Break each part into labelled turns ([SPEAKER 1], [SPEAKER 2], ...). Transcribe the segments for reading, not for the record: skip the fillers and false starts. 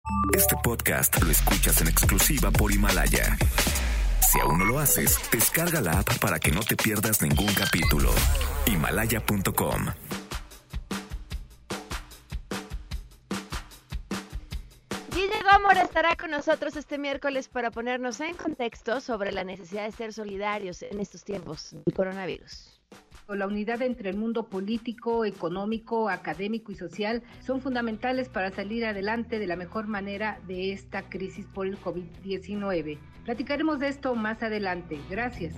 [SPEAKER 1] Este podcast lo escuchas en exclusiva por Himalaya. Si aún no lo haces, descarga la app para que no te pierdas ningún capítulo. Himalaya.com.
[SPEAKER 2] Guille Gómora estará con nosotros este miércoles para ponernos en contexto sobre la necesidad de ser solidarios en estos tiempos del coronavirus.
[SPEAKER 3] La unidad entre el mundo político, económico, académico y social son fundamentales para salir adelante de la mejor manera de esta crisis por el COVID-19. Platicaremos de esto más adelante. Gracias.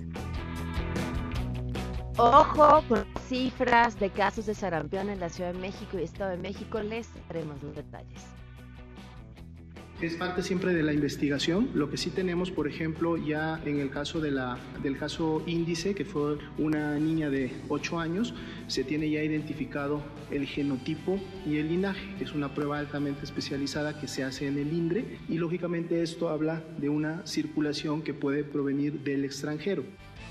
[SPEAKER 2] Ojo con cifras de casos de sarampión en la Ciudad de México y Estado de México. Les daremos los detalles.
[SPEAKER 4] Es parte siempre de la investigación. Lo que sí tenemos, por ejemplo, ya en el caso del caso índice, que fue una niña de 8 años, se tiene ya identificado el genotipo y el linaje, que es una prueba altamente especializada que se hace en el INDRE, y lógicamente esto habla de una circulación que puede provenir del extranjero.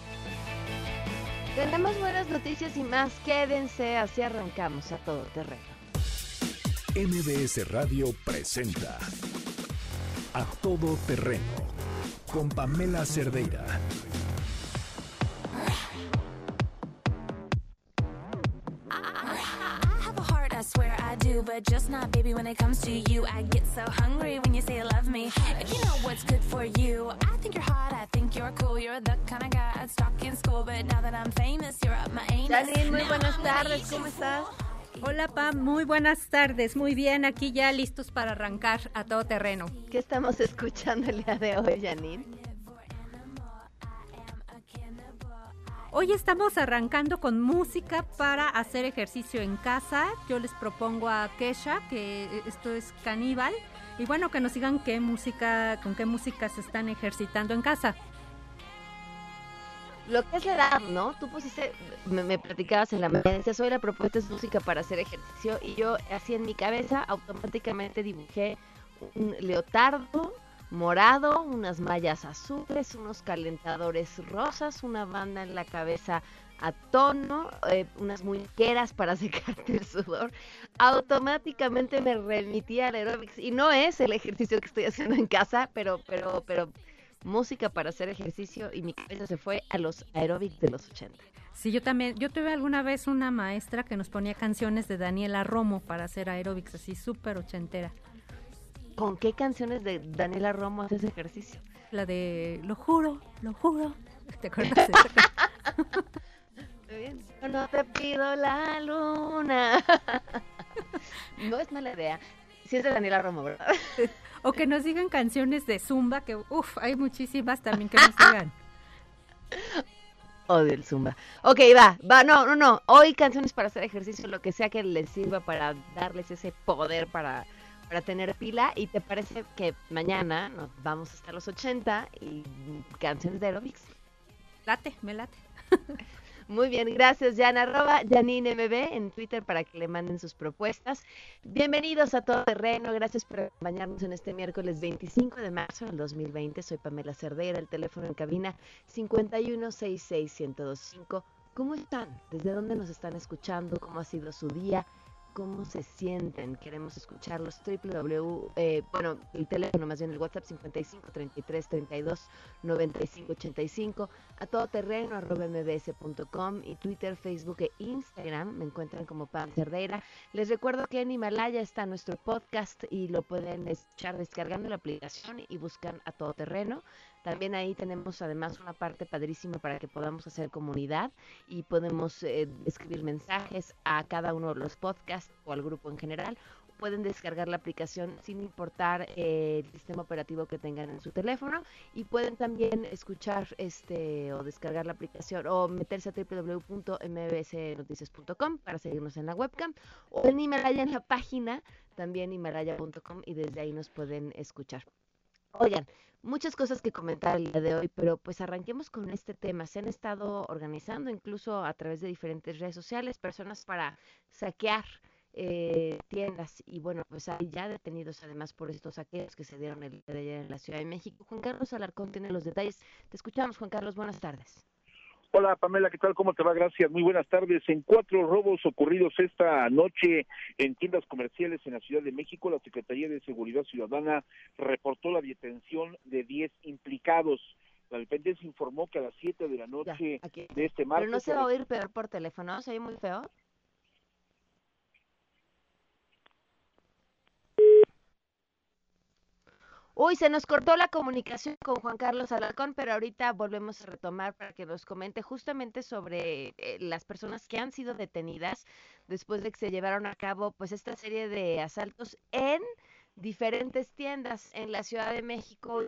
[SPEAKER 2] Tenemos buenas noticias y más. Quédense, así arrancamos a todo terreno.
[SPEAKER 1] MBS Radio presenta A Todo Terreno con Pamela Cerdeira.
[SPEAKER 5] I swear I do, but just not, baby, when it comes to you. I get so hungry when you say you love me. If you know what's good for you, I think you're hot, I think you're cool. You're the kind of guy I'd stalk in school, but now that I'm famous, you're up my anus.
[SPEAKER 2] Janine, muy buenas tardes, ¿cómo estás?
[SPEAKER 6] Hola Pam, muy buenas tardes, muy bien, aquí ya listos para arrancar a todo terreno.
[SPEAKER 2] ¿Qué estamos escuchando el día de hoy, Janine?
[SPEAKER 6] Hoy estamos arrancando con música para hacer ejercicio en casa. Yo les propongo a Kesha, que esto es Caníbal, y bueno, que nos digan con qué música se están ejercitando en casa.
[SPEAKER 2] Lo que es la edad, ¿no? Tú pusiste, me platicabas en la mañana, decías, hoy la propuesta es música para hacer ejercicio, y yo así en mi cabeza automáticamente dibujé un leotardo morado, unas mallas azules, unos calentadores rosas, una banda en la cabeza a tono, unas muñequeras para secarte el sudor. Automáticamente me remití al aeróbics, y no es el ejercicio que estoy haciendo en casa, pero música para hacer ejercicio, y mi cabeza se fue a los aeróbics de los 80.
[SPEAKER 6] Sí, yo también. Yo tuve alguna vez una maestra que nos ponía canciones de Daniela Romo para hacer aeróbics, así súper ochentera.
[SPEAKER 2] ¿Con qué canciones de Daniela Romo haces ejercicio?
[SPEAKER 6] La de Lo juro, ¿te acuerdas de esa?
[SPEAKER 2] Yo no te pido la luna. No es mala idea. Sí es de Daniela Romo, ¿verdad?
[SPEAKER 6] O que nos digan canciones de Zumba, que hay muchísimas también que nos digan.
[SPEAKER 2] Odio el Zumba. Ok, va, no. Hoy canciones para hacer ejercicio, lo que sea que les sirva para darles ese poder para tener pila. ¿Y te parece que mañana nos vamos hasta los 80 y canciones de aerobics?
[SPEAKER 6] Me late.
[SPEAKER 2] Muy bien, gracias, Jan, @JanineMB en Twitter para que le manden sus propuestas. Bienvenidos a Todo Terreno, gracias por acompañarnos en este miércoles 25 de marzo del 2020. Soy Pamela Cerdeira, el teléfono en cabina 5166125. ¿Cómo están? ¿Desde dónde nos están escuchando? ¿Cómo ha sido su día? ¿Cómo se sienten? Queremos escucharlos. El teléfono, más bien el WhatsApp 55 33 32 95 85, a todoterreno @mbs.com, y Twitter, Facebook e Instagram me encuentran como Pam Cerdeira. Les recuerdo que en Himalaya está nuestro podcast y lo pueden escuchar descargando la aplicación y buscan a Todoterreno. También ahí tenemos además una parte padrísima para que podamos hacer comunidad y podemos escribir mensajes a cada uno de los podcasts o al grupo en general. Pueden descargar la aplicación sin importar el sistema operativo que tengan en su teléfono, y pueden también escuchar o descargar la aplicación o meterse a www.mbsnoticias.com para seguirnos en la webcam, o en Himalaya, en la página también himalaya.com, y desde ahí nos pueden escuchar. Oigan, muchas cosas que comentar el día de hoy, pero pues arranquemos con este tema. Se han estado organizando incluso a través de diferentes redes sociales personas para saquear tiendas, y bueno, pues hay ya detenidos además por estos saqueos que se dieron el día de ayer en la Ciudad de México. Juan Carlos Alarcón tiene los detalles. Te escuchamos, Juan Carlos, buenas tardes.
[SPEAKER 7] Hola Pamela, ¿qué tal? ¿Cómo te va? Gracias, muy buenas tardes. En 4 robos ocurridos esta noche en tiendas comerciales en la Ciudad de México, la Secretaría de Seguridad Ciudadana reportó la detención de 10 implicados. La dependencia informó que a las 7 de la noche de este martes...
[SPEAKER 2] Pero no se va a oír peor por teléfono, ¿se oye muy feo? Uy, se nos cortó la comunicación con Juan Carlos Alarcón, pero ahorita volvemos a retomar para que nos comente justamente sobre las personas que han sido detenidas después de que se llevaron a cabo pues esta serie de asaltos en diferentes tiendas en la Ciudad de México.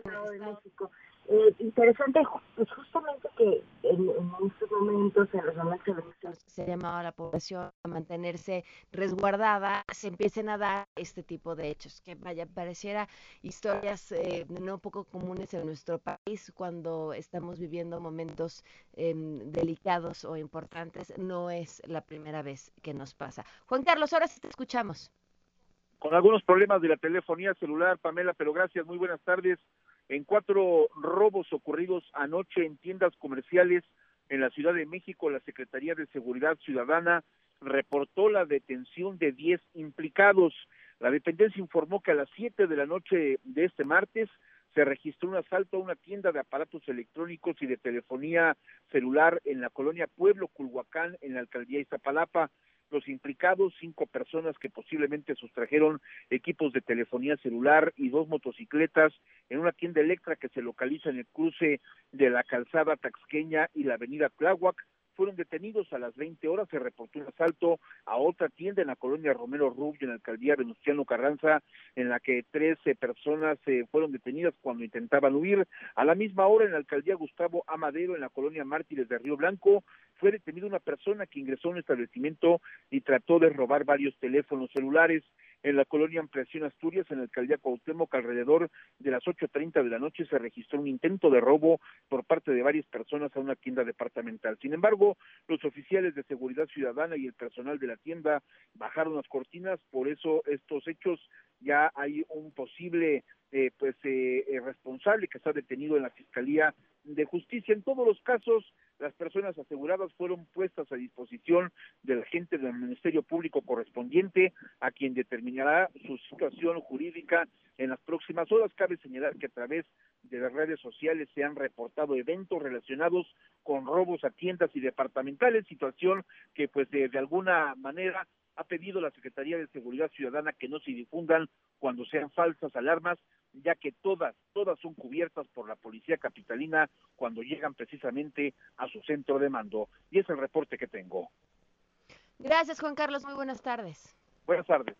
[SPEAKER 8] Interesante, pues justamente que en estos momentos, en los momentos
[SPEAKER 2] se ha llamado a la población a mantenerse resguardada, se empiecen a dar este tipo de hechos, que vaya, pareciera historias no poco comunes en nuestro país cuando estamos viviendo momentos delicados o importantes, no es la primera vez que nos pasa. Juan Carlos, ahora sí te escuchamos.
[SPEAKER 7] Con algunos problemas de la telefonía celular, Pamela, pero gracias, muy buenas tardes. En 4 robos ocurridos anoche en tiendas comerciales en la Ciudad de México, la Secretaría de Seguridad Ciudadana reportó la detención de 10 implicados. La dependencia informó que a las 7 de la noche de este martes se registró un asalto a una tienda de aparatos electrónicos y de telefonía celular en la colonia Pueblo Culhuacán, en la alcaldía Iztapalapa. Los implicados, 5 personas que posiblemente sustrajeron equipos de telefonía celular y 2 motocicletas en una tienda Electra que se localiza en el cruce de la calzada Taxqueña y la avenida Tláhuac, fueron detenidos a las 20 horas. Se reportó un asalto a otra tienda en la colonia Romero Rubio, en la alcaldía Venustiano Carranza, en la que 13 personas fueron detenidas cuando intentaban huir. A la misma hora, en la alcaldía Gustavo A. Madero, en la colonia Mártires de Río Blanco, fue detenida una persona que ingresó a un establecimiento y trató de robar varios teléfonos celulares. En la colonia Ampliación Asturias, en la alcaldía Cuauhtémoc, alrededor de las 8:30 de la noche, se registró un intento de robo por parte de varias personas a una tienda departamental. Sin embargo, los oficiales de seguridad ciudadana y el personal de la tienda bajaron las cortinas, por eso estos hechos ya hay un posible responsable que está detenido en la Fiscalía de Justicia. En todos los casos, las personas aseguradas fueron puestas a disposición del agente del Ministerio Público correspondiente, a quien determinará su situación jurídica en las próximas horas. Cabe señalar que a través de las redes sociales se han reportado eventos relacionados con robos a tiendas y departamentales, situación que pues de alguna manera ha pedido la Secretaría de Seguridad Ciudadana que no se difundan cuando sean falsas alarmas, ya que todas son cubiertas por la policía capitalina cuando llegan precisamente a su centro de mando. Y es el reporte que tengo.
[SPEAKER 2] Gracias, Juan Carlos, muy buenas tardes.
[SPEAKER 7] Buenas tardes.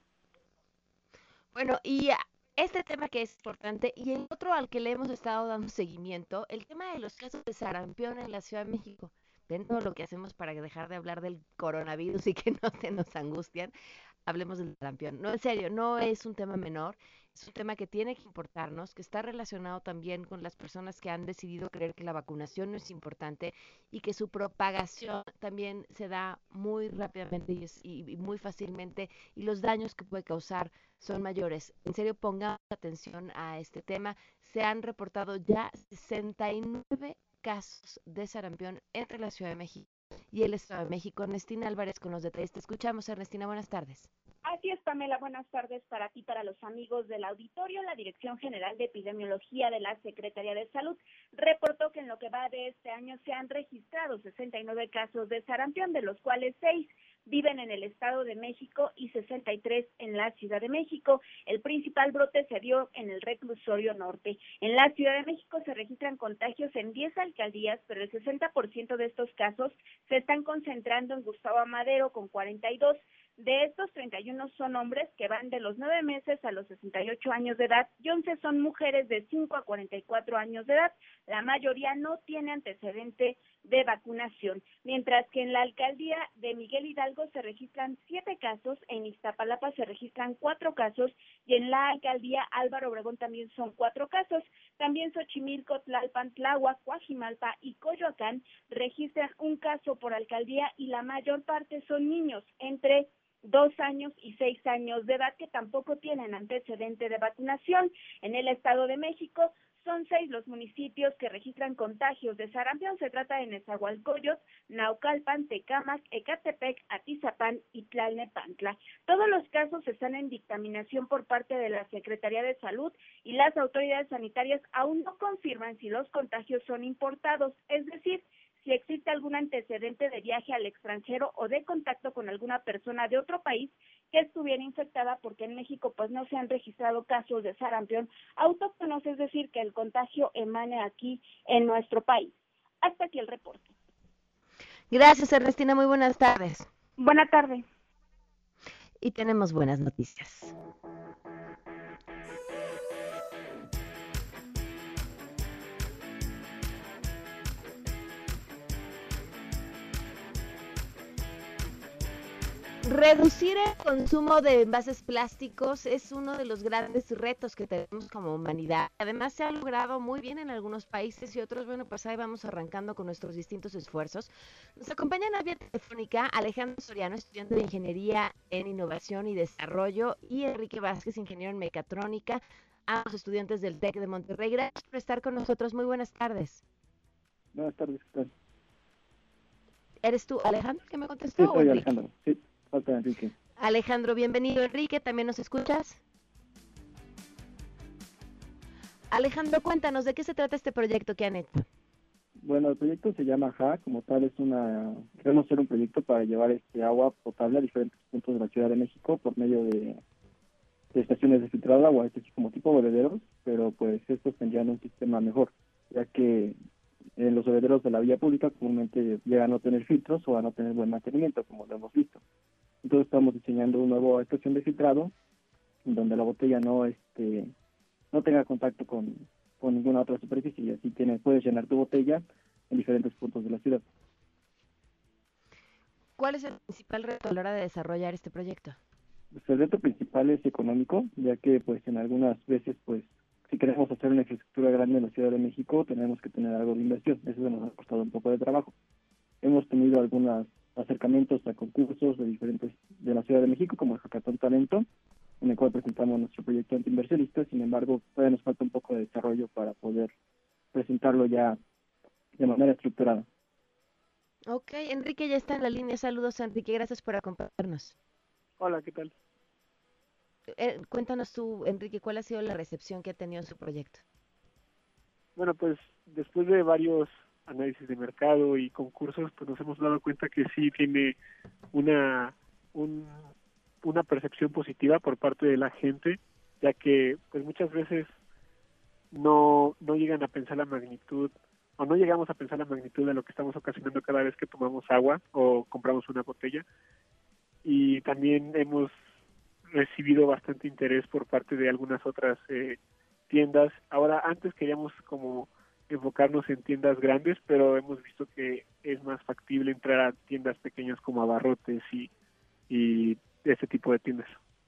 [SPEAKER 2] Bueno, y este tema que es importante, y el otro al que le hemos estado dando seguimiento, el tema de los casos de sarampión en la Ciudad de México. Ven todo lo que hacemos para dejar de hablar del coronavirus y que no se nos angustian. Hablemos del sarampión. No, en serio, no es un tema menor, es un tema que tiene que importarnos, que está relacionado también con las personas que han decidido creer que la vacunación no es importante y que su propagación también se da muy rápidamente y muy fácilmente, y los daños que puede causar son mayores. En serio, pongamos atención a este tema. Se han reportado ya 69 casos de sarampión entre la Ciudad de México y el Estado de México. Ernestina Álvarez con los detalles. Te escuchamos, Ernestina, buenas tardes.
[SPEAKER 9] Así es, Pamela, buenas tardes para ti, para los amigos del auditorio. La Dirección General de Epidemiología de la Secretaría de Salud reportó que en lo que va de este año se han registrado 69 casos de sarampión, de los cuales 6 viven en el Estado de México y 63 en la Ciudad de México. El principal brote se dio en el reclusorio norte. En la Ciudad de México se registran contagios en 10 alcaldías, pero el 60% de estos casos se están concentrando en Gustavo A. Madero con 42. De estos, 31 son hombres que van de los 9 meses a los 68 años de edad y 11 son mujeres de 5 a 44 años de edad. La mayoría no tiene antecedente de vacunación, mientras que en la alcaldía de Miguel Hidalgo se registran 7 casos, en Iztapalapa se registran 4 casos y en la alcaldía Álvaro Obregón también son 4 casos. También Xochimilco, Tlalpan, Tláhuac, Coajimalpa y Coyoacán registran un caso por alcaldía y la mayor parte son niños entre 2 años y 6 años de edad que tampoco tienen antecedente de vacunación. En el Estado de México Son 6 los municipios que registran contagios de sarampión. Se trata de Nezahualcóyotl, Naucalpan, Tecámac, Ecatepec, Atizapán y Tlalnepantla. Todos los casos están en dictaminación por parte de la Secretaría de Salud y las autoridades sanitarias aún no confirman si los contagios son importados, es decir, si existe algún antecedente de viaje al extranjero o de contacto con alguna persona de otro país que estuviera infectada, porque en México pues no se han registrado casos de sarampión autóctonos, es decir, que el contagio emane aquí en nuestro país. Hasta aquí el reporte.
[SPEAKER 2] Gracias, Ernestina, muy buenas tardes.
[SPEAKER 9] Buenas tardes.
[SPEAKER 2] Y tenemos buenas noticias. Reducir el consumo de envases plásticos es uno de los grandes retos que tenemos como humanidad. Además, se ha logrado muy bien en algunos países y otros, bueno, pues ahí vamos arrancando con nuestros distintos esfuerzos. Nos acompaña en la vía telefónica Alejandro Soriano, estudiante de Ingeniería en Innovación y Desarrollo, y Enrique Vázquez, ingeniero en Mecatrónica, ambos estudiantes del TEC de Monterrey. Gracias por estar con nosotros. Muy buenas tardes.
[SPEAKER 10] Buenas tardes, ¿qué tal?
[SPEAKER 2] ¿Eres tú, Alejandro, que me contestó?
[SPEAKER 10] Sí, soy Alejandro, sí. Falta Enrique.
[SPEAKER 2] Alejandro, bienvenido. Enrique, ¿también nos escuchas? Alejandro, cuéntanos, ¿de qué se trata este proyecto que han hecho?
[SPEAKER 10] Bueno, el proyecto se llama JA, como tal queremos hacer un proyecto para llevar agua potable a diferentes puntos de la Ciudad de México por medio de estaciones de filtrado de agua, como tipo bebederos, pero pues estos tendrían un sistema mejor, ya que en los bebederos de la vía pública comúnmente llegan a no tener filtros o a no tener buen mantenimiento, como lo hemos visto. Entonces estamos diseñando una nueva estación de filtrado donde la botella no tenga contacto con ninguna otra superficie, y así puedes llenar tu botella en diferentes puntos de la ciudad.
[SPEAKER 2] ¿Cuál es el principal reto a la hora de desarrollar este proyecto?
[SPEAKER 10] Pues el reto principal es económico, ya que pues en algunas veces pues si queremos hacer una infraestructura grande en la Ciudad de México tenemos que tener algo de inversión. Eso nos ha costado un poco de trabajo. Hemos tenido algunos acercamientos a concursos de la Ciudad de México, como el Hackathon Talento, en el cual presentamos nuestro proyecto ante inversionistas. Sin embargo, todavía nos falta un poco de desarrollo para poder presentarlo ya de manera estructurada.
[SPEAKER 2] Ok, Enrique ya está en la línea. Saludos, Enrique, gracias por acompañarnos.
[SPEAKER 11] Hola, ¿qué tal?
[SPEAKER 2] Cuéntanos tú, Enrique, ¿cuál ha sido la recepción que ha tenido en su proyecto?
[SPEAKER 11] Bueno, pues después de varios análisis de mercado y concursos, pues nos hemos dado cuenta que sí tiene una percepción positiva por parte de la gente, ya que pues muchas veces no llegan a pensar la magnitud, o no llegamos a pensar la magnitud de lo que estamos ocasionando cada vez que tomamos agua o compramos una botella. Y también hemos recibido bastante interés por parte de algunas otras tiendas. Ahora, antes queríamos como enfocarnos en tiendas grandes, pero hemos visto que es más factible entrar a tiendas pequeñas como abarrotes y ese tipo de tiendas.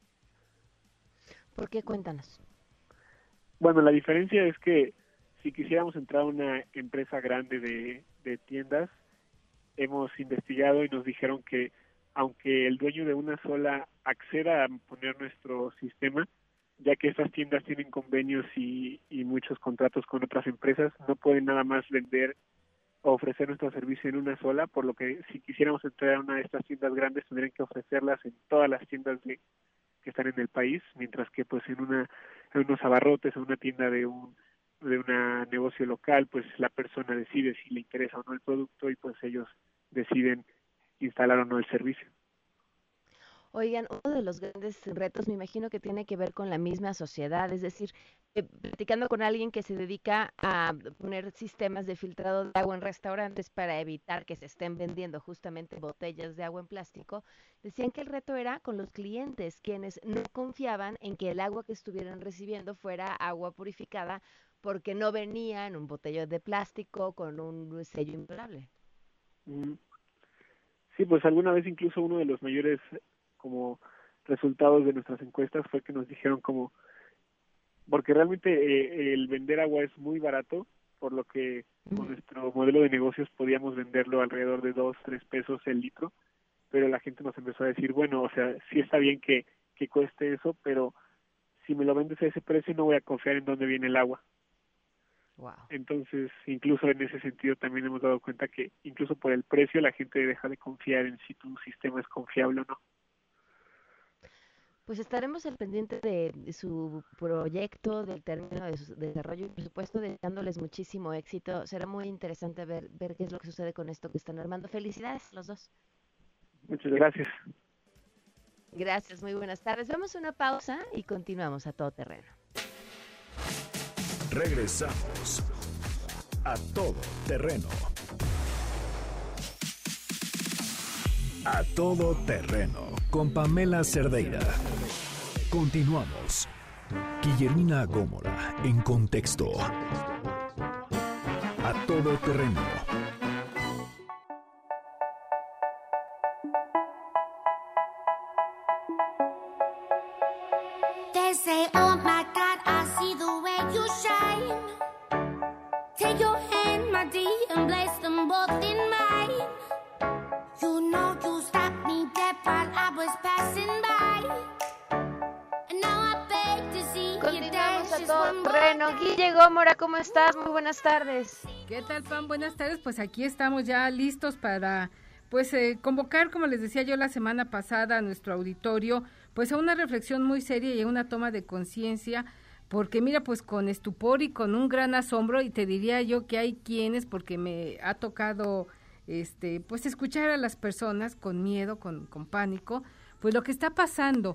[SPEAKER 2] ¿Por qué? Cuéntanos.
[SPEAKER 11] Bueno, la diferencia es que si quisiéramos entrar a una empresa grande de tiendas, hemos investigado y nos dijeron que aunque el dueño de una sola acceda a poner nuestro sistema, ya que estas tiendas tienen convenios y muchos contratos con otras empresas, no pueden nada más vender o ofrecer nuestro servicio en una sola, por lo que si quisiéramos entrar a una de estas tiendas grandes tendrían que ofrecerlas en todas las tiendas que están en el país, mientras que pues en unos abarrotes o una tienda de un negocio local, pues la persona decide si le interesa o no el producto y pues ellos deciden instalar o no el servicio.
[SPEAKER 2] Oigan, uno de los grandes retos me imagino que tiene que ver con la misma sociedad, es decir, platicando con alguien que se dedica a poner sistemas de filtrado de agua en restaurantes para evitar que se estén vendiendo justamente botellas de agua en plástico, decían que el reto era con los clientes, quienes no confiaban en que el agua que estuvieran recibiendo fuera agua purificada porque no venía en un botellón de plástico con un sello inviolable.
[SPEAKER 11] Sí, pues alguna vez incluso uno de los mayores como resultados de nuestras encuestas fue que nos dijeron como, porque realmente el vender agua es muy barato, por lo que con nuestro modelo de negocios podíamos venderlo alrededor de 2-3 pesos el litro, pero la gente nos empezó a decir, bueno, o sea, sí está bien que cueste eso, pero si me lo vendes a ese precio no voy a confiar en dónde viene el agua.
[SPEAKER 2] Wow.
[SPEAKER 11] Entonces, incluso en ese sentido también hemos dado cuenta que incluso por el precio la gente deja de confiar en si tu sistema es confiable o no.
[SPEAKER 2] Pues estaremos al pendiente de su proyecto, del término de su desarrollo y por supuesto deseándoles muchísimo éxito. Será muy interesante ver qué es lo que sucede con esto que están armando. Felicidades los dos.
[SPEAKER 11] Muchas gracias.
[SPEAKER 2] Gracias, muy buenas tardes. Vamos a una pausa y continuamos a todo terreno.
[SPEAKER 1] Regresamos a Todo Terreno. A Todo Terreno con Pamela Cerdeira. Continuamos. Guillermina Gómora en Contexto. A Todo Terreno.
[SPEAKER 12] They say, oh my God, I see the way you shine. Take your hand, my dear, and place them both in mine. You know you stopped me dead while I was passing by. And now I beg to see you dance just one more
[SPEAKER 2] Terreno. Guille Gómora, ¿cómo estás? Muy buenas tardes.
[SPEAKER 3] ¿Qué tal, Pam? Buenas tardes. Pues aquí estamos ya listos para convocar, como les decía yo la semana pasada, a nuestro auditorio, pues a una reflexión muy seria y a una toma de conciencia, porque mira, pues con estupor y con un gran asombro, y te diría yo que hay quienes, porque me ha tocado pues escuchar a las personas con miedo, con pánico, pues lo que está pasando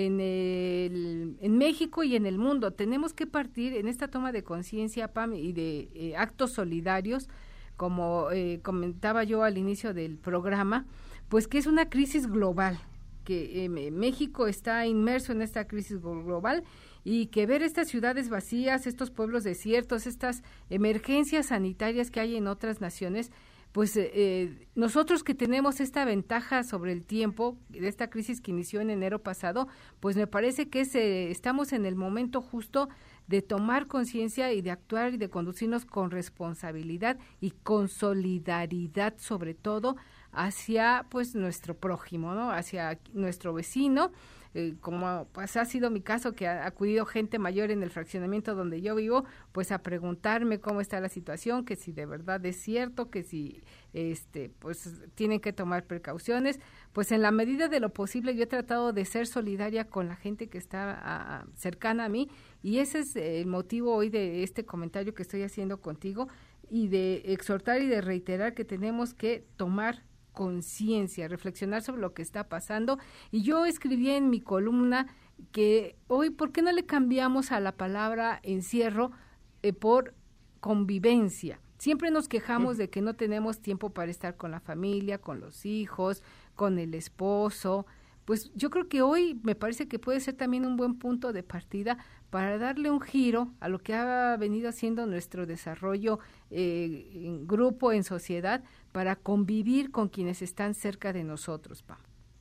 [SPEAKER 3] en México y en el mundo. Tenemos que partir en esta toma de conciencia, Pam, y de actos solidarios, como comentaba yo al inicio del programa, pues que es una crisis global, que México está inmerso en esta crisis global y que ver estas ciudades vacías, estos pueblos desiertos, estas emergencias sanitarias que hay en otras naciones, pues nosotros que tenemos esta ventaja sobre el tiempo de esta crisis que inició en enero pasado, pues me parece que estamos en el momento justo de tomar conciencia y de actuar y de conducirnos con responsabilidad y con solidaridad, sobre todo hacia pues nuestro prójimo, ¿no? Hacia nuestro vecino, como pues ha sido mi caso, que ha acudido gente mayor en el fraccionamiento donde yo vivo, pues a preguntarme cómo está la situación, que si de verdad es cierto, que si pues tienen que tomar precauciones. Pues en la medida de lo posible yo he tratado de ser solidaria con la gente que está cercana a mí, y ese es el motivo hoy de este comentario que estoy haciendo contigo, y de exhortar y de reiterar que tenemos que tomar conciencia, reflexionar sobre lo que está pasando. Y yo escribí en mi columna que hoy, ¿por qué no le cambiamos a la palabra encierro por convivencia? Siempre nos quejamos de que no tenemos tiempo para estar con la familia, con los hijos, con el esposo. Pues yo creo que hoy me parece que puede ser también un buen punto de partida para darle un giro a lo que ha venido haciendo nuestro desarrollo en grupo, en sociedad, para convivir con quienes están cerca de nosotros, Pam.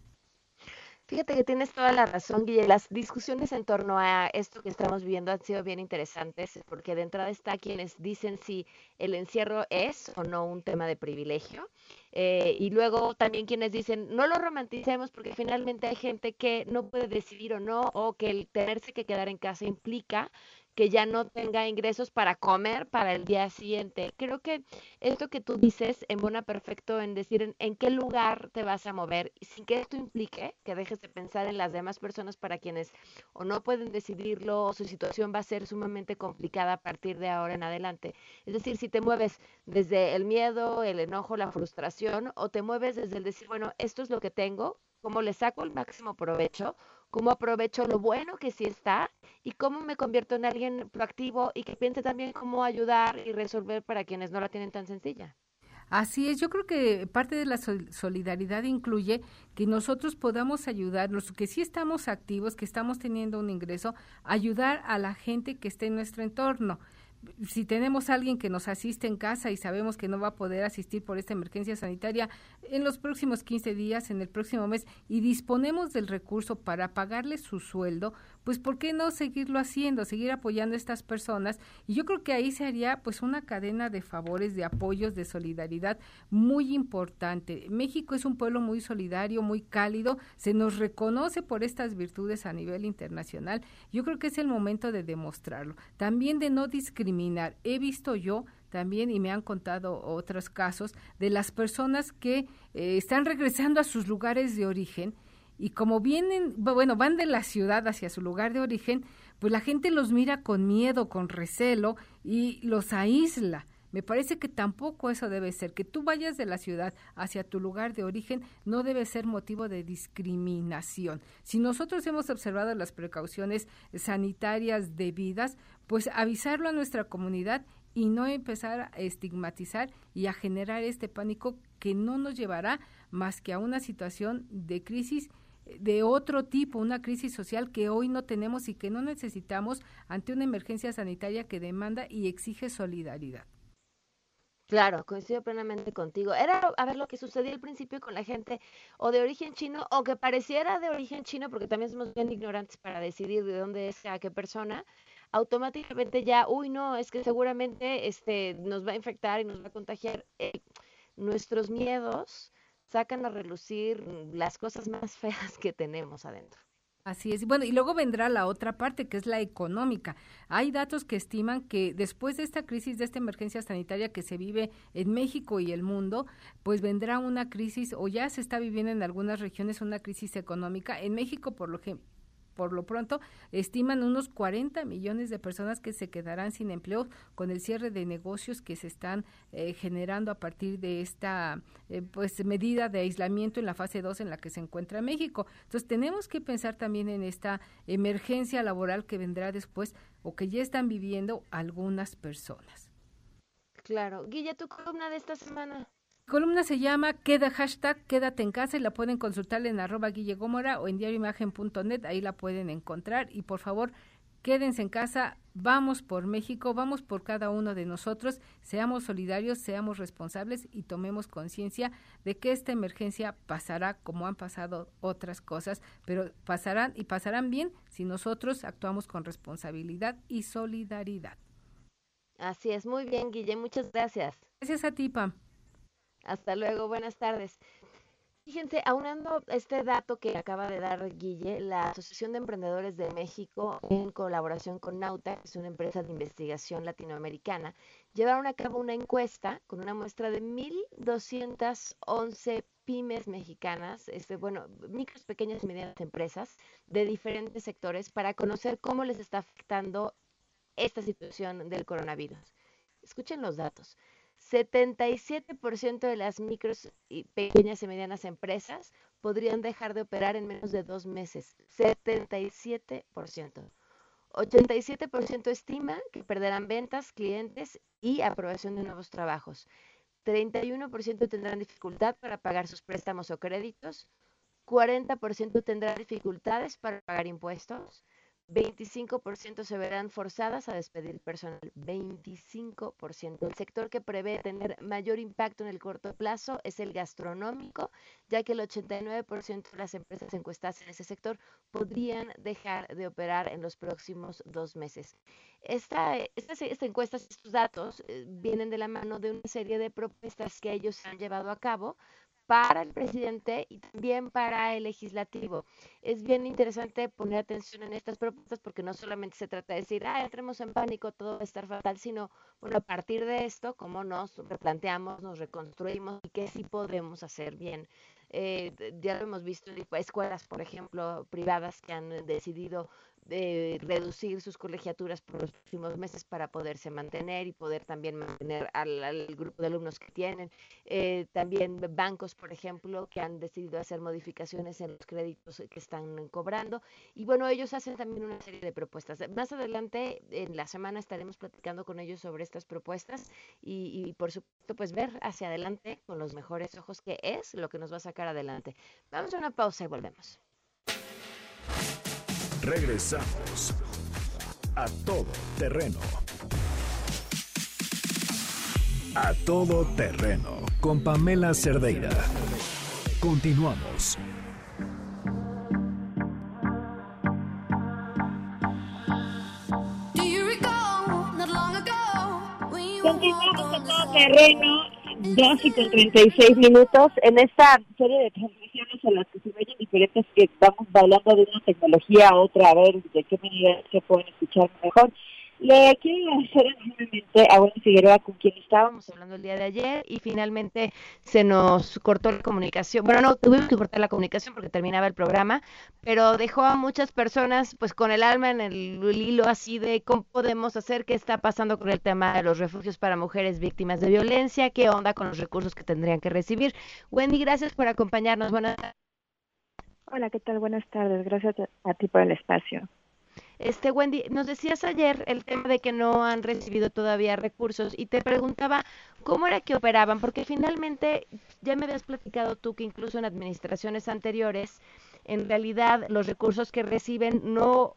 [SPEAKER 2] Fíjate que tienes toda la razón, Guille. Las discusiones en torno a esto que estamos viviendo han sido bien interesantes, porque de entrada está quienes dicen si el encierro es o no un tema de privilegio, y luego también quienes dicen no lo romanticemos porque finalmente hay gente que no puede decidir o no, o que el tenerse que quedar en casa implica que ya no tenga ingresos para comer para el día siguiente. Creo que esto que tú dices embona perfecto en decir en qué lugar te vas a mover, y sin que esto implique que dejes de pensar en las demás personas para quienes o no pueden decidirlo o su situación va a ser sumamente complicada a partir de ahora en adelante. Es decir, si te mueves desde el miedo, el enojo, la frustración, o te mueves desde el decir, bueno, esto es lo que tengo, cómo le saco el máximo provecho, cómo aprovecho lo bueno que sí está y cómo me convierto en alguien proactivo y que piense también cómo ayudar y resolver para quienes no la tienen tan sencilla.
[SPEAKER 3] Así es, yo creo que parte de la solidaridad incluye que nosotros podamos ayudar, los que sí estamos activos, que estamos teniendo un ingreso, ayudar a la gente que esté en nuestro entorno. Si tenemos a alguien que nos asiste en casa y sabemos que no va a poder asistir por esta emergencia sanitaria en los próximos 15 días, en el próximo mes, y disponemos del recurso para pagarle su sueldo,
[SPEAKER 13] pues ¿por qué no seguirlo haciendo, seguir apoyando a estas personas? Y yo creo que ahí se haría pues una cadena de favores, de apoyos, de solidaridad muy importante. México es un pueblo muy solidario, muy cálido, se nos reconoce por estas virtudes a nivel internacional. Yo creo que es el momento de demostrarlo. También de no discriminar. He visto yo también, y me han contado otros casos, de las personas que están regresando a sus lugares de origen, y como van de la ciudad hacia su lugar de origen, pues la gente los mira con miedo, con recelo, y los aísla. Me parece que tampoco eso debe ser, que tú vayas de la ciudad hacia tu lugar de origen no debe ser motivo de discriminación. Si nosotros hemos observado las precauciones sanitarias debidas, pues avisarlo a nuestra comunidad y no empezar a estigmatizar y a generar este pánico que no nos llevará más que a una situación de crisis de otro tipo, una crisis social que hoy no tenemos y que no necesitamos ante una emergencia sanitaria que demanda y exige solidaridad.
[SPEAKER 2] Claro, coincido plenamente contigo. Era a ver lo que sucedía al principio con la gente o de origen chino o que pareciera de origen chino, porque también somos bien ignorantes para decidir de dónde es a qué persona. Automáticamente ya, no, es que seguramente nos va a infectar y nos va a contagiar. Nuestros miedos sacan a relucir las cosas más feas que tenemos adentro.
[SPEAKER 13] Así es. Bueno, y luego vendrá la otra parte, que es la económica. Hay datos que estiman que después de esta crisis, de esta emergencia sanitaria que se vive en México y el mundo, pues vendrá una crisis, o ya se está viviendo en algunas regiones una crisis económica. En México, por lo pronto, estiman unos 40 millones de personas que se quedarán sin empleo con el cierre de negocios que se están generando a partir de esta medida de aislamiento en la fase 2 en la que se encuentra México. Entonces, tenemos que pensar también en esta emergencia laboral que vendrá después o que ya están viviendo algunas personas.
[SPEAKER 2] Claro. Guille, ¿tu columna de esta semana?
[SPEAKER 13] Columna se llama Quédate en casa y la pueden consultar en @GuilleGómora o en diarioimagen.net, ahí la pueden encontrar y por favor quédense en casa, vamos por México, vamos por cada uno de nosotros, seamos solidarios, seamos responsables y tomemos conciencia de que esta emergencia pasará como han pasado otras cosas, pero pasarán y pasarán bien si nosotros actuamos con responsabilidad y solidaridad.
[SPEAKER 2] Así es, muy bien, Guille, muchas gracias.
[SPEAKER 13] Gracias a ti, Pam.
[SPEAKER 2] Hasta luego, buenas tardes. Fíjense, aunando este dato que acaba de dar Guille, la Asociación de Emprendedores de México, en colaboración con Nauta, que es una empresa de investigación latinoamericana, llevaron a cabo una encuesta con una muestra de 1,211 pymes mexicanas, micros, pequeñas y medianas empresas de diferentes sectores para conocer cómo les está afectando esta situación del coronavirus. Escuchen los datos. 77% de las micros y pequeñas y medianas empresas podrían dejar de operar en menos de 2 meses. 77%. 87% estima que perderán ventas, clientes y aprobación de nuevos trabajos. 31% tendrán dificultad para pagar sus préstamos o créditos. 40% tendrán dificultades para pagar impuestos. 25% se verán forzadas a despedir personal, 25%. El sector que prevé tener mayor impacto en el corto plazo es el gastronómico, ya que el 89% de las empresas encuestadas en ese sector podrían dejar de operar en los próximos 2 meses. Esta encuesta, estos datos, vienen de la mano de una serie de propuestas que ellos han llevado a cabo para el presidente y también para el legislativo. Es bien interesante poner atención en estas propuestas porque no solamente se trata de decir, entremos en pánico, todo va a estar fatal, sino, a partir de esto, cómo nos replanteamos, nos reconstruimos y qué sí podemos hacer bien. Ya lo hemos visto en escuelas, por ejemplo, privadas que han decidido reducir sus colegiaturas por los próximos meses para poderse mantener y poder también mantener al grupo de alumnos que tienen. También bancos, por ejemplo, que han decidido hacer modificaciones en los créditos que están cobrando. Y ellos hacen también una serie de propuestas. Más adelante, en la semana, estaremos platicando con ellos sobre estas propuestas y por supuesto, pues ver hacia adelante con los mejores ojos, que es lo que nos va a sacar adelante. Vamos a una pausa y volvemos.
[SPEAKER 1] Regresamos a Todo Terreno. A Todo Terreno con Pamela Cerdeira. Continuamos.
[SPEAKER 8] Continuamos a todo terreno, 2:36 en esta serie de transmisiones en las que se ven diferentes que vamos bailando de una tecnología a otra, a ver de qué manera se pueden escuchar mejor. Le quiero agradecer enormemente a Wendy Figueroa, con quien estábamos hablando el día de ayer, y finalmente se nos cortó la comunicación. Bueno, no, tuvimos que cortar la comunicación porque terminaba el programa, pero dejó a muchas personas pues con el alma en el hilo así de cómo podemos hacer, qué está pasando con el tema de los refugios para mujeres víctimas de violencia, qué onda con los recursos que tendrían que recibir. Wendy, gracias por acompañarnos. Buenas tardes.
[SPEAKER 14] Hola, ¿qué tal? Buenas tardes. Gracias a ti por el espacio.
[SPEAKER 2] Wendy, nos decías ayer el tema de que no han recibido todavía recursos y te preguntaba cómo era que operaban, porque finalmente ya me habías platicado tú que incluso en administraciones anteriores, en realidad los recursos que reciben no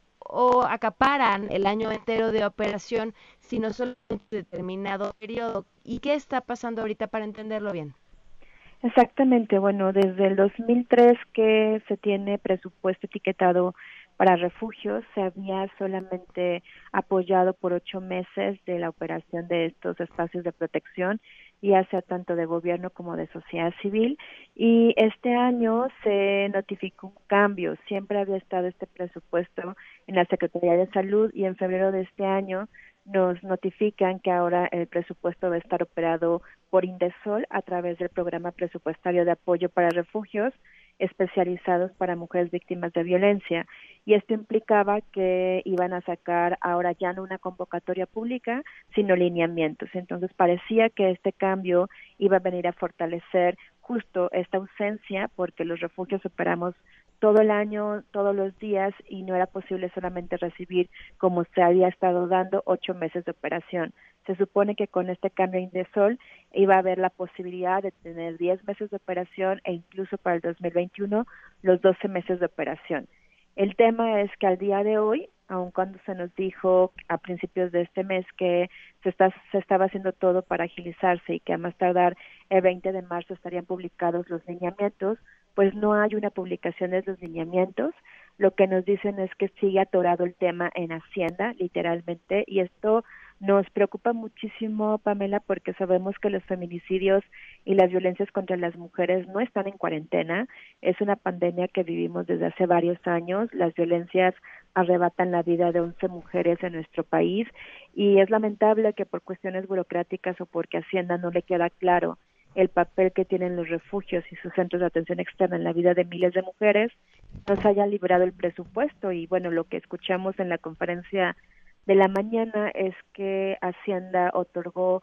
[SPEAKER 2] acaparan el año entero de operación, sino solo un determinado periodo. ¿Y qué está pasando ahorita para entenderlo bien?
[SPEAKER 14] Exactamente, bueno, desde el 2003 que se tiene presupuesto etiquetado para refugios, se había solamente apoyado por 8 meses de la operación de estos espacios de protección, ya sea tanto de gobierno como de sociedad civil, y este año se notificó un cambio. Siempre había estado este presupuesto en la Secretaría de Salud y en febrero de este año nos notifican que ahora el presupuesto va a estar operado por Indesol a través del Programa Presupuestario de Apoyo para Refugios especializados para mujeres víctimas de violencia, y esto implicaba que iban a sacar ahora ya no una convocatoria pública, sino lineamientos. Entonces parecía que este cambio iba a venir a fortalecer justo esta ausencia, porque los refugios operamos todo el año, todos los días, y no era posible solamente recibir, como se había estado dando, 8 meses de operación. Se supone que con este cambio Indesol iba a haber la posibilidad de tener 10 meses de operación e incluso para el 2021 los 12 meses de operación. El tema es que al día de hoy, aun cuando se nos dijo a principios de este mes que se estaba haciendo todo para agilizarse y que a más tardar el 20 de marzo estarían publicados los lineamientos, pues no hay una publicación de los lineamientos. Lo que nos dicen es que sigue atorado el tema en Hacienda, literalmente, y esto nos preocupa muchísimo, Pamela, porque sabemos que los feminicidios y las violencias contra las mujeres no están en cuarentena. Es una pandemia que vivimos desde hace varios años. Las violencias arrebatan la vida de 11 mujeres en nuestro país, y es lamentable que por cuestiones burocráticas o porque Hacienda no le queda claro el papel que tienen los refugios y sus centros de atención externa en la vida de miles de mujeres, nos hayan librado el presupuesto. Y bueno, lo que escuchamos en la conferencia de la mañana es que Hacienda otorgó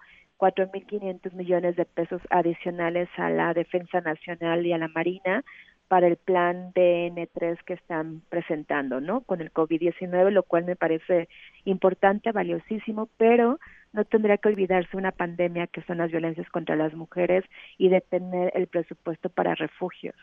[SPEAKER 14] 4.500 millones de pesos adicionales a la Defensa Nacional y a la Marina para el plan DN3 que están presentando, ¿no? Con el COVID-19, lo cual me parece importante, valiosísimo, pero no tendría que olvidarse una pandemia que son las violencias contra las mujeres y de tener el presupuesto para refugios.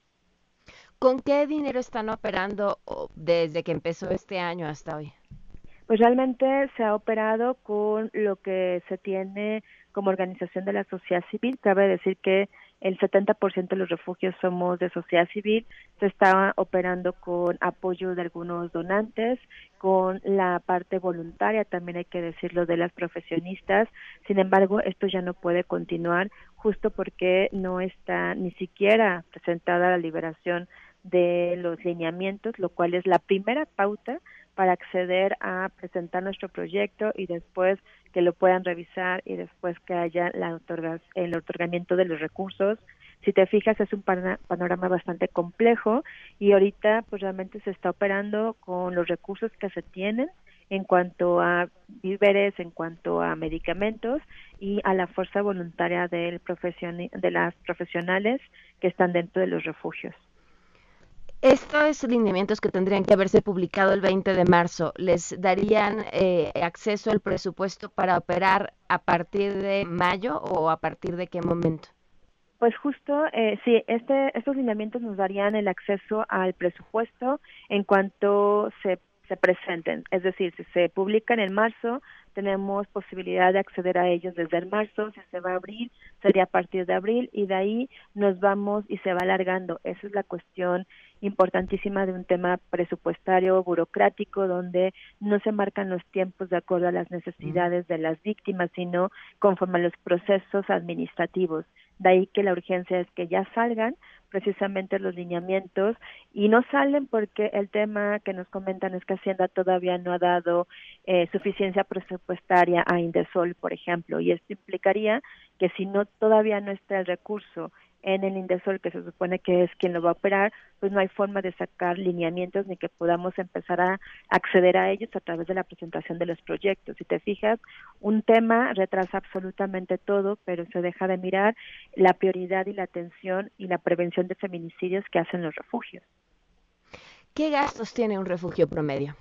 [SPEAKER 2] ¿Con qué dinero están operando desde que empezó este año hasta hoy?
[SPEAKER 14] Pues realmente se ha operado con lo que se tiene como organización de la sociedad civil. Cabe decir que el 70% de los refugios somos de sociedad civil. Se está operando con apoyo de algunos donantes, con la parte voluntaria, también hay que decirlo, de las profesionistas. Sin embargo, esto ya no puede continuar justo porque no está ni siquiera presentada la liberación de los lineamientos, lo cual es la primera pauta para acceder a presentar nuestro proyecto y después que lo puedan revisar y después que haya el otorgamiento de los recursos. Si te fijas, es un panorama bastante complejo, y ahorita pues realmente se está operando con los recursos que se tienen en cuanto a víveres, en cuanto a medicamentos y a la fuerza voluntaria de las profesionales que están dentro de los refugios.
[SPEAKER 2] Estos lineamientos que tendrían que haberse publicado el 20 de marzo, ¿les darían acceso al presupuesto para operar a partir de mayo o a partir de qué momento?
[SPEAKER 14] Pues justo, sí, estos lineamientos nos darían el acceso al presupuesto en cuanto se presenten. Es decir, si se publican en marzo, tenemos posibilidad de acceder a ellos desde el marzo. Si se va a abrir, sería a partir de abril, y de ahí nos vamos y se va alargando. Esa es la cuestión importantísima de un tema presupuestario, burocrático, donde no se marcan los tiempos de acuerdo a las necesidades de las víctimas, sino conforme a los procesos administrativos. De ahí que la urgencia es que ya salgan precisamente los lineamientos, y no salen porque el tema que nos comentan es que Hacienda todavía no ha dado suficiencia presupuestaria a Indesol, por ejemplo, y esto implicaría que si no todavía no está el recurso en el Indesol, que se supone que es quien lo va a operar, pues no hay forma de sacar lineamientos ni que podamos empezar a acceder a ellos a través de la presentación de los proyectos. Si te fijas, un tema retrasa absolutamente todo, pero se deja de mirar la prioridad y la atención y la prevención de feminicidios que hacen los refugios.
[SPEAKER 2] ¿Qué gastos tiene un refugio promedio?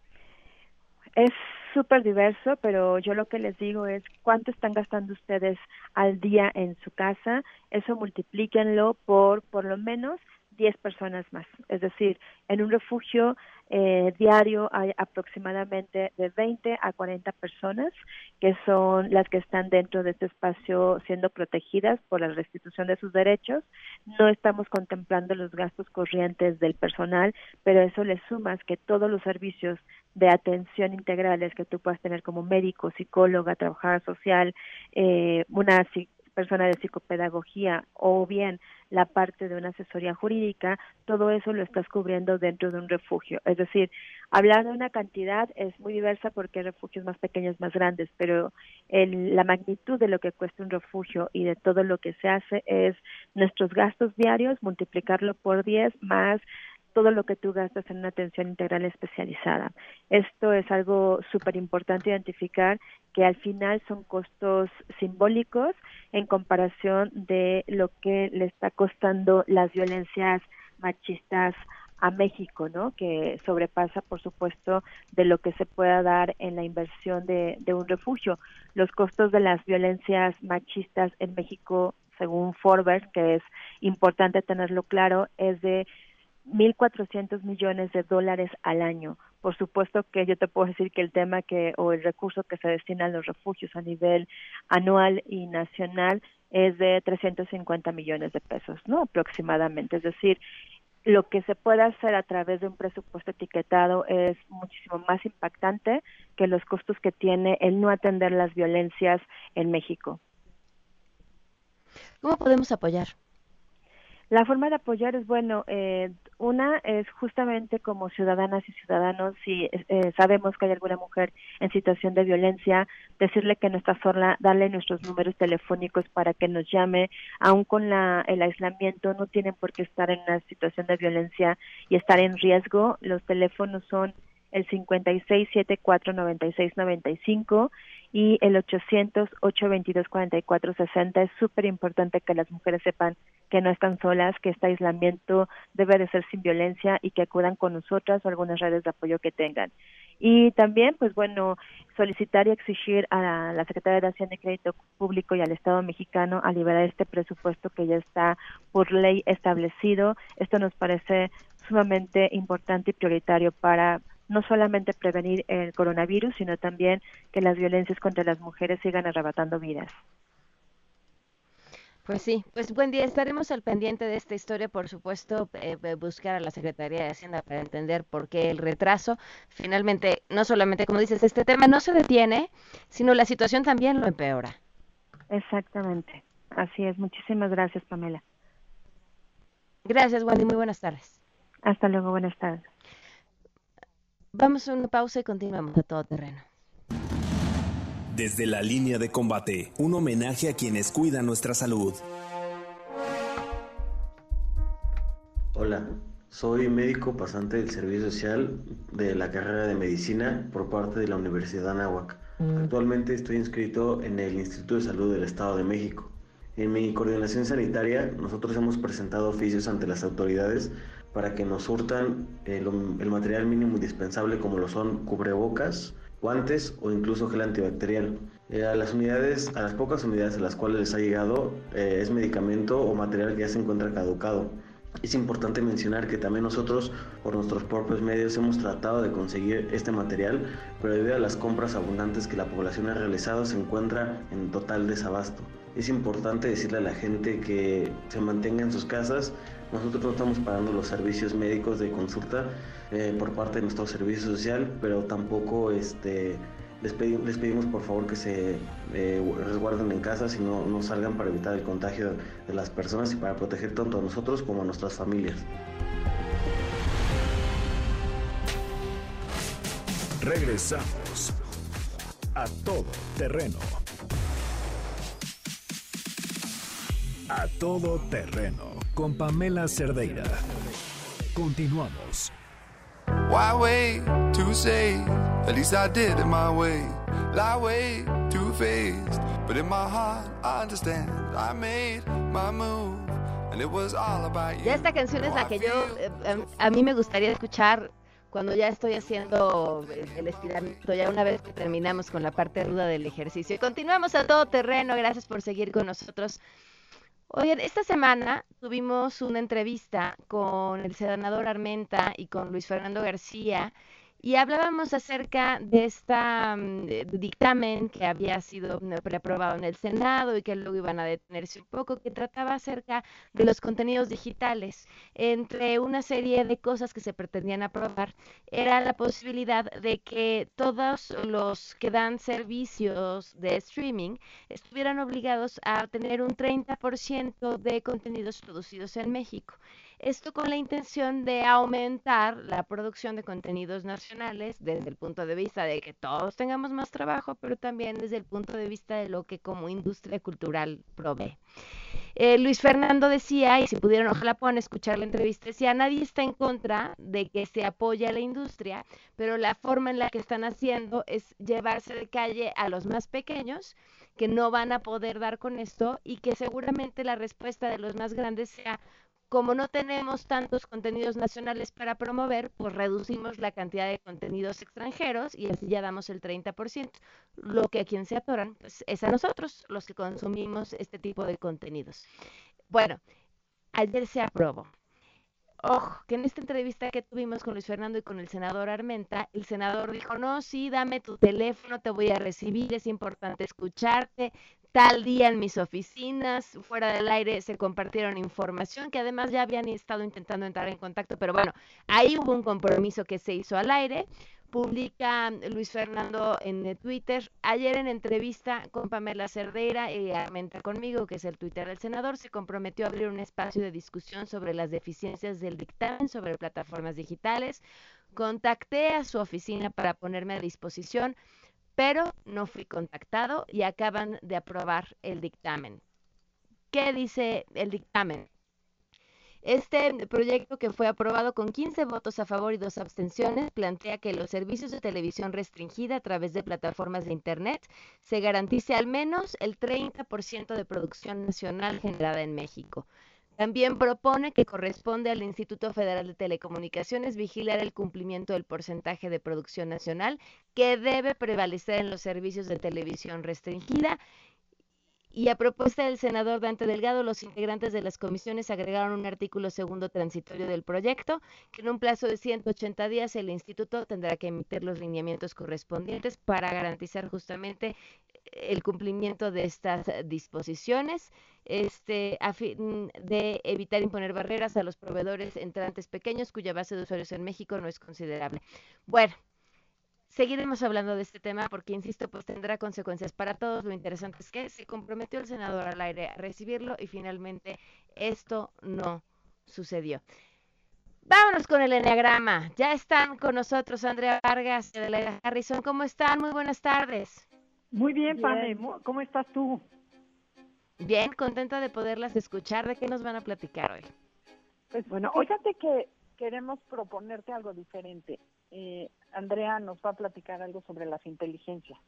[SPEAKER 14] Es súper diverso, pero yo lo que les digo es cuánto están gastando ustedes al día en su casa, eso multiplíquenlo por lo menos 10 personas más. Es decir, en un refugio diario hay aproximadamente de 20 a 40 personas que son las que están dentro de este espacio siendo protegidas por la restitución de sus derechos. No estamos contemplando los gastos corrientes del personal, pero eso le sumas que todos los servicios de atención integrales que tú puedas tener como médico, psicóloga, trabajadora social, una persona de psicopedagogía o bien la parte de una asesoría jurídica, todo eso lo estás cubriendo dentro de un refugio. Es decir, hablar de una cantidad es muy diversa porque hay refugios más pequeños, más grandes, pero la magnitud de lo que cuesta un refugio y de todo lo que se hace es nuestros gastos diarios, multiplicarlo por 10 más todo lo que tú gastas en una atención integral especializada. Esto es algo súper importante identificar, que al final son costos simbólicos en comparación de lo que le está costando las violencias machistas a México, ¿no? Que sobrepasa, por supuesto, de lo que se pueda dar en la inversión de un refugio. Los costos de las violencias machistas en México, según Forbes, que es importante tenerlo claro, es de $1,400 millones al año. Por supuesto que yo te puedo decir que el tema o el recurso que se destina a los refugios a nivel anual y nacional es de 350 millones de pesos, ¿no? Aproximadamente. Es decir, lo que se puede hacer a través de un presupuesto etiquetado es muchísimo más impactante que los costos que tiene el no atender las violencias en México.
[SPEAKER 2] ¿Cómo podemos apoyar?
[SPEAKER 14] La forma de apoyar es, bueno, una es justamente como ciudadanas y ciudadanos, si sabemos que hay alguna mujer en situación de violencia, decirle que no está sola, darle nuestros números telefónicos para que nos llame, aún con el aislamiento, no tienen por qué estar en una situación de violencia y estar en riesgo. Los teléfonos son el 5674-9695 y el 800-822-4460. Es súper importante que las mujeres sepan que no están solas, que este aislamiento debe de ser sin violencia y que acudan con nosotras o algunas redes de apoyo que tengan. Y también, pues bueno, solicitar y exigir a la Secretaría de Hacienda y Crédito Público y al Estado mexicano a liberar este presupuesto que ya está por ley establecido. Esto nos parece sumamente importante y prioritario para no solamente prevenir el coronavirus, sino también que las violencias contra las mujeres sigan arrebatando vidas.
[SPEAKER 2] Pues sí, pues buen día, estaremos al pendiente de esta historia, por supuesto, buscar a la Secretaría de Hacienda para entender por qué el retraso. Finalmente, no solamente, como dices, este tema no se detiene, sino la situación también lo empeora.
[SPEAKER 14] Exactamente, así es. Muchísimas gracias, Pamela.
[SPEAKER 2] Gracias, Wendy, muy buenas tardes.
[SPEAKER 14] Hasta luego, buenas tardes.
[SPEAKER 2] Vamos a una pausa y continuamos a todo terreno.
[SPEAKER 1] Desde la línea de combate, un homenaje a quienes cuidan nuestra salud.
[SPEAKER 15] Hola, soy médico pasante del Servicio Social de la carrera de Medicina por parte de la Universidad de Anáhuac. Actualmente estoy inscrito en el Instituto de Salud del Estado de México. En mi coordinación sanitaria, nosotros hemos presentado oficios ante las autoridades para que nos surtan el material mínimo indispensable, como lo son cubrebocas, guantes o incluso gel antibacterial. A las pocas unidades a las cuales les ha llegado es medicamento o material que ya se encuentra caducado. Es importante mencionar que también nosotros, por nuestros propios medios, hemos tratado de conseguir este material, pero debido a las compras abundantes que la población ha realizado, se encuentra en total desabasto. Es importante decirle a la gente que se mantenga en sus casas, Nosotros no estamos pagando los servicios médicos de consulta por parte de nuestro servicio social, pero tampoco les pedimos por favor que se resguarden en casa, si no salgan, para evitar el contagio de las personas y para proteger tanto a nosotros como a nuestras familias.
[SPEAKER 1] Regresamos a Todo Terreno. A Todo Terreno con Pamela Cerdeira. Continuamos.
[SPEAKER 16] Why wait to say? At least I did it my way. Lie way too faced, but in my heart I understand. I made my move, and it was all about you.
[SPEAKER 2] Ya esta canción es la que yo a mí me gustaría escuchar cuando ya estoy haciendo el estiramiento, ya una vez que terminamos con la parte ruda del ejercicio. Y continuamos a Todo Terreno, gracias por seguir con nosotros. Oigan, esta semana tuvimos una entrevista con el senador Armenta y con Luis Fernando García y hablábamos acerca de esta dictamen que había sido preaprobado en el Senado y que luego iban a detenerse un poco, que trataba acerca de los contenidos digitales. Entre una serie de cosas que se pretendían aprobar era la posibilidad de que todos los que dan servicios de streaming estuvieran obligados a tener un 30% de contenidos producidos en México. Esto con la intención de aumentar la producción de contenidos nacionales desde el punto de vista de que todos tengamos más trabajo, pero también desde el punto de vista de lo que como industria cultural provee. Luis Fernando decía, y si pudieron, ojalá puedan escuchar la entrevista, decía, nadie está en contra de que se apoye a la industria, pero la forma en la que están haciendo es llevarse de calle a los más pequeños, que no van a poder dar con esto, y que seguramente la respuesta de los más grandes sea, como no tenemos tantos contenidos nacionales para promover, pues reducimos la cantidad de contenidos extranjeros y así ya damos el 30%. Lo que a quien se atoran pues, es a nosotros, los que consumimos este tipo de contenidos. Bueno, ayer se aprobó. Ojo, que en esta entrevista que tuvimos con Luis Fernando y con el senador Armenta, el senador dijo, no, sí, dame tu teléfono, te voy a recibir, es importante escucharte, tal día en mis oficinas, fuera del aire se compartieron información, que además ya habían estado intentando entrar en contacto, pero bueno, ahí hubo un compromiso que se hizo al aire. Publica Luis Fernando en Twitter, ayer en entrevista con Pamela Cerdeira y Armenta conmigo, que es el Twitter del senador, se comprometió a abrir un espacio de discusión sobre las deficiencias del dictamen sobre plataformas digitales. Contacté a su oficina para ponerme a disposición, pero no fui contactado y acaban de aprobar el dictamen. ¿Qué dice el dictamen? Este proyecto, que fue aprobado con 15 votos a favor y 2 abstenciones, plantea que los servicios de televisión restringida a través de plataformas de Internet se garantice al menos el 30% de producción nacional generada en México. También propone que corresponde al Instituto Federal de Telecomunicaciones vigilar el cumplimiento del porcentaje de producción nacional que debe prevalecer en los servicios de televisión restringida. Y a propuesta del senador Dante Delgado, los integrantes de las comisiones agregaron un artículo segundo transitorio del proyecto, que en un plazo de 180 días el instituto tendrá que emitir los lineamientos correspondientes para garantizar justamente el cumplimiento de estas disposiciones, a fin de evitar imponer barreras a los proveedores entrantes pequeños cuya base de usuarios en México no es considerable. Bueno, seguiremos hablando de este tema porque, insisto, pues tendrá consecuencias para todos. Lo interesante es que se comprometió el senador al aire a recibirlo y finalmente esto no sucedió. Vámonos con el enneagrama. Ya están con nosotros Andrea Vargas y Adelaida Harrison. ¿Cómo están? Muy buenas tardes.
[SPEAKER 17] Muy bien, Pame. ¿Cómo estás tú?
[SPEAKER 2] Bien, contenta de poderlas escuchar. ¿De qué nos van a platicar hoy?
[SPEAKER 17] Pues bueno, fíjate que queremos proponerte algo diferente. Andrea nos va a platicar algo sobre las inteligencias.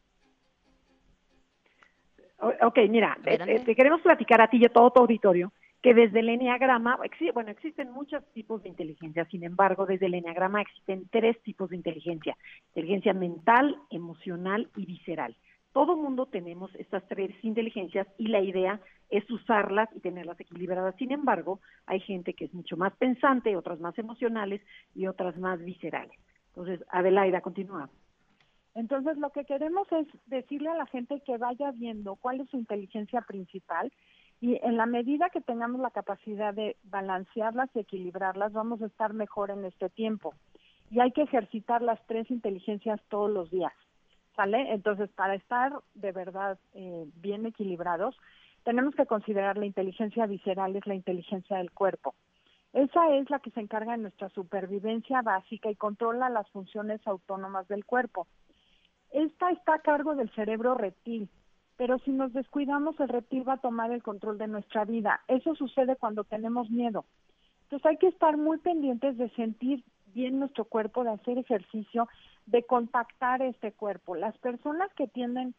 [SPEAKER 17] Ok, mira, te queremos platicar a ti y a todo tu auditorio que desde el enneagrama, existen muchos tipos de inteligencia, sin embargo, desde el enneagrama existen 3 tipos de inteligencia: inteligencia mental, emocional y visceral. Todo mundo tenemos estas 3 inteligencias y la idea es usarlas y tenerlas equilibradas. Sin embargo, hay gente que es mucho más pensante, otras más emocionales y otras más viscerales. Entonces, Adelaida, continúa.
[SPEAKER 18] Entonces, lo que queremos es decirle a la gente que vaya viendo cuál es su inteligencia principal Y en la medida que tengamos la capacidad de balancearlas y equilibrarlas, vamos a estar mejor en este tiempo. Y hay que ejercitar las 3 inteligencias todos los días, ¿sale? Entonces, para estar de verdad bien equilibrados, tenemos que considerar la inteligencia visceral, es la inteligencia del cuerpo. Esa es la que se encarga de nuestra supervivencia básica y controla las funciones autónomas del cuerpo. Esta está a cargo del cerebro reptil, pero si nos descuidamos, el reptil va a tomar el control de nuestra vida. Eso sucede cuando tenemos miedo. Entonces hay que estar muy pendientes de sentir bien nuestro cuerpo, de hacer ejercicio, de contactar este cuerpo. Las personas que tienen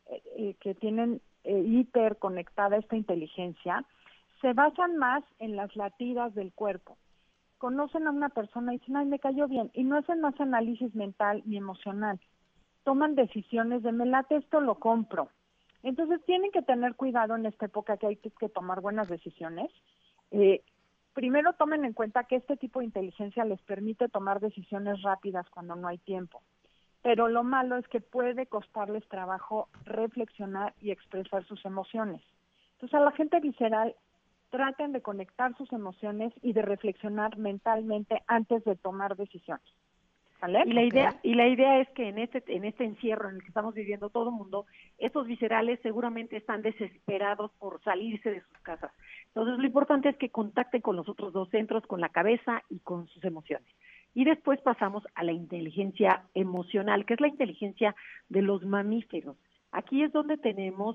[SPEAKER 18] hiperconectada esta inteligencia se basan más en las latidas del cuerpo. Conocen a una persona y dicen, ay, me cayó bien, y no hacen más análisis mental ni emocional. Toman decisiones de, me late esto, lo compro. Entonces tienen que tener cuidado en esta época que hay que tomar buenas decisiones. Primero tomen en cuenta que este tipo de inteligencia les permite tomar decisiones rápidas cuando no hay tiempo. Pero lo malo es que puede costarles trabajo reflexionar y expresar sus emociones. Entonces a la gente visceral traten de conectar sus emociones y de reflexionar mentalmente antes de tomar decisiones. ¿Vale?
[SPEAKER 17] Y la idea es que en este encierro en el que estamos viviendo todo el mundo, esos viscerales seguramente están desesperados por salirse de sus casas. Entonces lo importante es que contacten con los otros 2 centros, con la cabeza y con sus emociones. Y después pasamos a la inteligencia emocional, que es la inteligencia de los mamíferos. Aquí es donde tenemos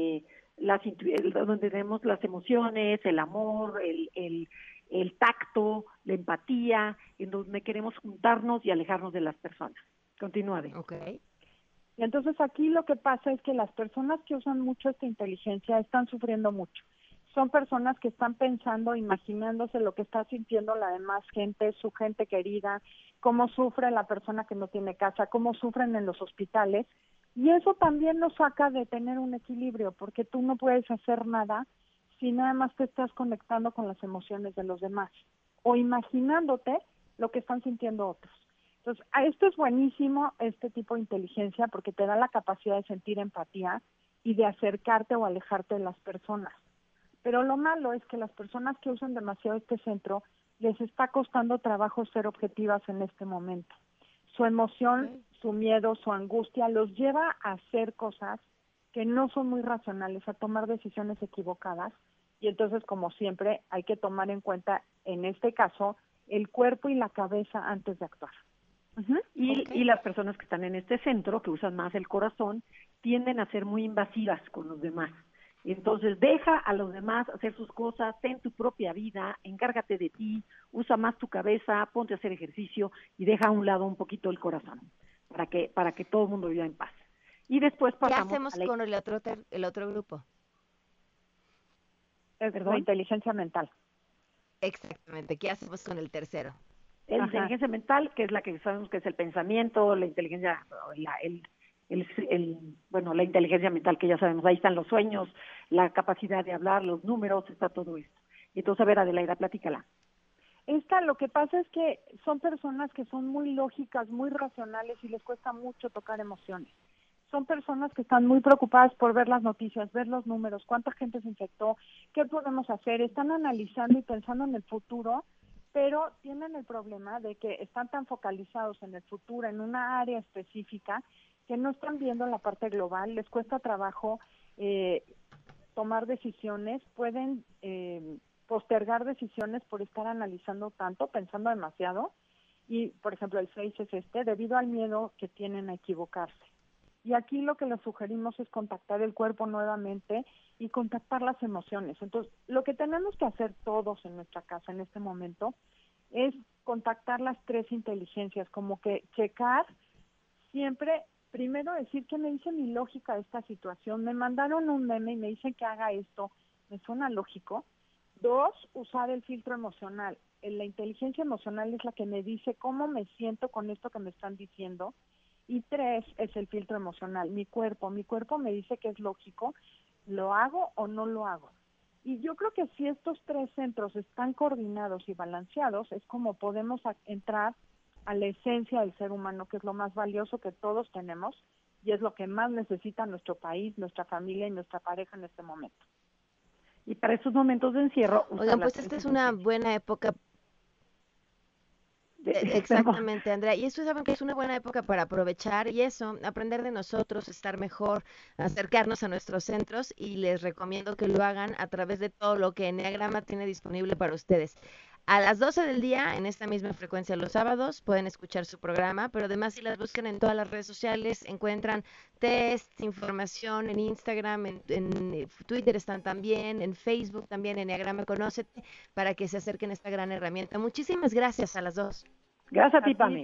[SPEAKER 17] donde tenemos las emociones, el amor, el tacto, la empatía, en donde queremos juntarnos y alejarnos de las personas. Continúa.
[SPEAKER 18] Okay. Y entonces aquí lo que pasa es que las personas que usan mucho esta inteligencia están sufriendo mucho. Son personas que están pensando, imaginándose lo que está sintiendo la demás gente, su gente querida, cómo sufre la persona que no tiene casa, cómo sufren en los hospitales. Y eso también nos saca de tener un equilibrio, porque tú no puedes hacer nada si nada más te estás conectando con las emociones de los demás o imaginándote lo que están sintiendo otros. Entonces, esto es buenísimo, este tipo de inteligencia, porque te da la capacidad de sentir empatía y de acercarte o alejarte de las personas. Pero lo malo es que las personas que usan demasiado este centro les está costando trabajo ser objetivas en este momento. Su emoción, su miedo, su angustia los lleva a hacer cosas que no son muy racionales, a tomar decisiones equivocadas. Y entonces, como siempre, hay que tomar en cuenta, en este caso, el cuerpo y la cabeza antes de actuar.
[SPEAKER 17] Y las personas que están en este centro, que usan más el corazón, tienden a ser muy invasivas con los demás. Entonces, deja a los demás hacer sus cosas, ten tu propia vida, encárgate de ti, usa más tu cabeza, ponte a hacer ejercicio y deja a un lado un poquito el corazón, para que todo el mundo viva en paz. Y después pasamos.
[SPEAKER 2] ¿Qué hacemos con el otro grupo?
[SPEAKER 18] La inteligencia mental.
[SPEAKER 2] Exactamente. ¿Qué hacemos con el tercero?
[SPEAKER 17] La inteligencia mental, que es la que sabemos que es el pensamiento, la inteligencia, la inteligencia mental, que ya sabemos, ahí están los sueños, la capacidad de hablar, los números, está todo esto. Y entonces, a ver, Adelaida, platícala.
[SPEAKER 18] Lo que pasa es que son personas que son muy lógicas, muy racionales y les cuesta mucho tocar emociones. Son personas que están muy preocupadas por ver las noticias, ver los números, cuánta gente se infectó, qué podemos hacer. Están analizando y pensando en el futuro, pero tienen el problema de que están tan focalizados en el futuro, en una área específica, que no están viendo la parte global, les cuesta trabajo tomar decisiones, pueden postergar decisiones por estar analizando tanto, pensando demasiado, y por ejemplo el 6 es debido al miedo que tienen a equivocarse. Y aquí lo que les sugerimos es contactar el cuerpo nuevamente y contactar las emociones. Entonces, lo que tenemos que hacer todos en nuestra casa en este momento es contactar las 3 inteligencias, como que checar siempre. Primero, decir que me dice mi lógica de esta situación. Me mandaron un meme y me dicen que haga esto. ¿Me suena lógico? 2, usar el filtro emocional. La inteligencia emocional es la que me dice cómo me siento con esto que me están diciendo. Y 3, es el filtro emocional. Mi cuerpo me dice que es lógico. ¿Lo hago o no lo hago? Y yo creo que si estos 3 centros están coordinados y balanceados, es como podemos entrar a la esencia del ser humano, que es lo más valioso que todos tenemos y es lo que más necesita nuestro país, nuestra familia y nuestra pareja en este momento.
[SPEAKER 17] Y para estos momentos de encierro...
[SPEAKER 2] Oigan, pues esta es una buena época. Exactamente, Andrea. Y eso saben que es una buena época para aprovechar y eso, aprender de nosotros, estar mejor, acercarnos a nuestros centros, y les recomiendo que lo hagan a través de todo lo que Enneagrama tiene disponible para ustedes. A las 12 del día, en esta misma frecuencia los sábados, pueden escuchar su programa, pero además si las buscan en todas las redes sociales, encuentran tests, información en Instagram, en Twitter están también, en Facebook también, Enneagrama Conócete, para que se acerquen a esta gran herramienta. Muchísimas gracias a las dos.
[SPEAKER 17] Gracias a ti, Pami.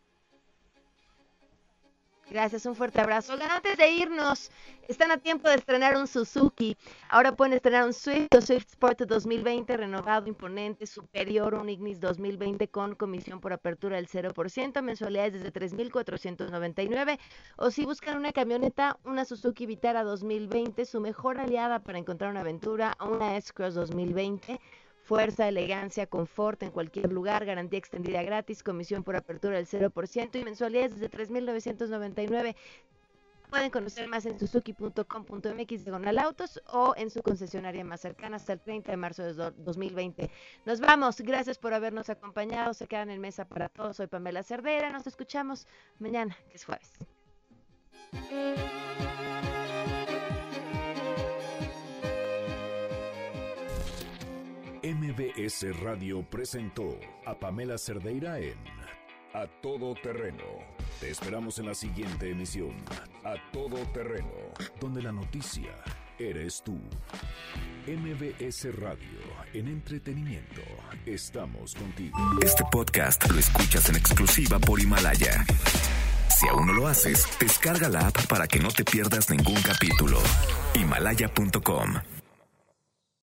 [SPEAKER 2] Gracias, un fuerte abrazo. Oigan, antes de irnos, están a tiempo de estrenar un Suzuki. Ahora pueden estrenar un Swift o Swift Sport 2020 renovado, imponente, superior, un Ignis 2020 con comisión por apertura del 0%, mensualidades desde 3,499. O si buscan una camioneta, una Suzuki Vitara 2020, su mejor aliada para encontrar una aventura, o una S-Cross 2020. Fuerza, elegancia, confort en cualquier lugar, garantía extendida gratis, comisión por apertura del 0% y mensualidades desde 3,999. Pueden conocer más en suzuki.com.mx/autos o en su concesionaria más cercana hasta el 30 de marzo de 2020. Nos vamos, gracias por habernos acompañado, se quedan en Mesa para Todos. Soy Pamela Cerdeira, nos escuchamos mañana, que es jueves.
[SPEAKER 1] MBS Radio presentó a Pamela Cerdeira en A Todo Terreno. Te esperamos en la siguiente emisión, A Todo Terreno, donde la noticia eres tú. MBS Radio, en entretenimiento, estamos contigo. Este podcast lo escuchas en exclusiva por Himalaya. Si aún no lo haces, descarga la app para que no te pierdas ningún capítulo. Himalaya.com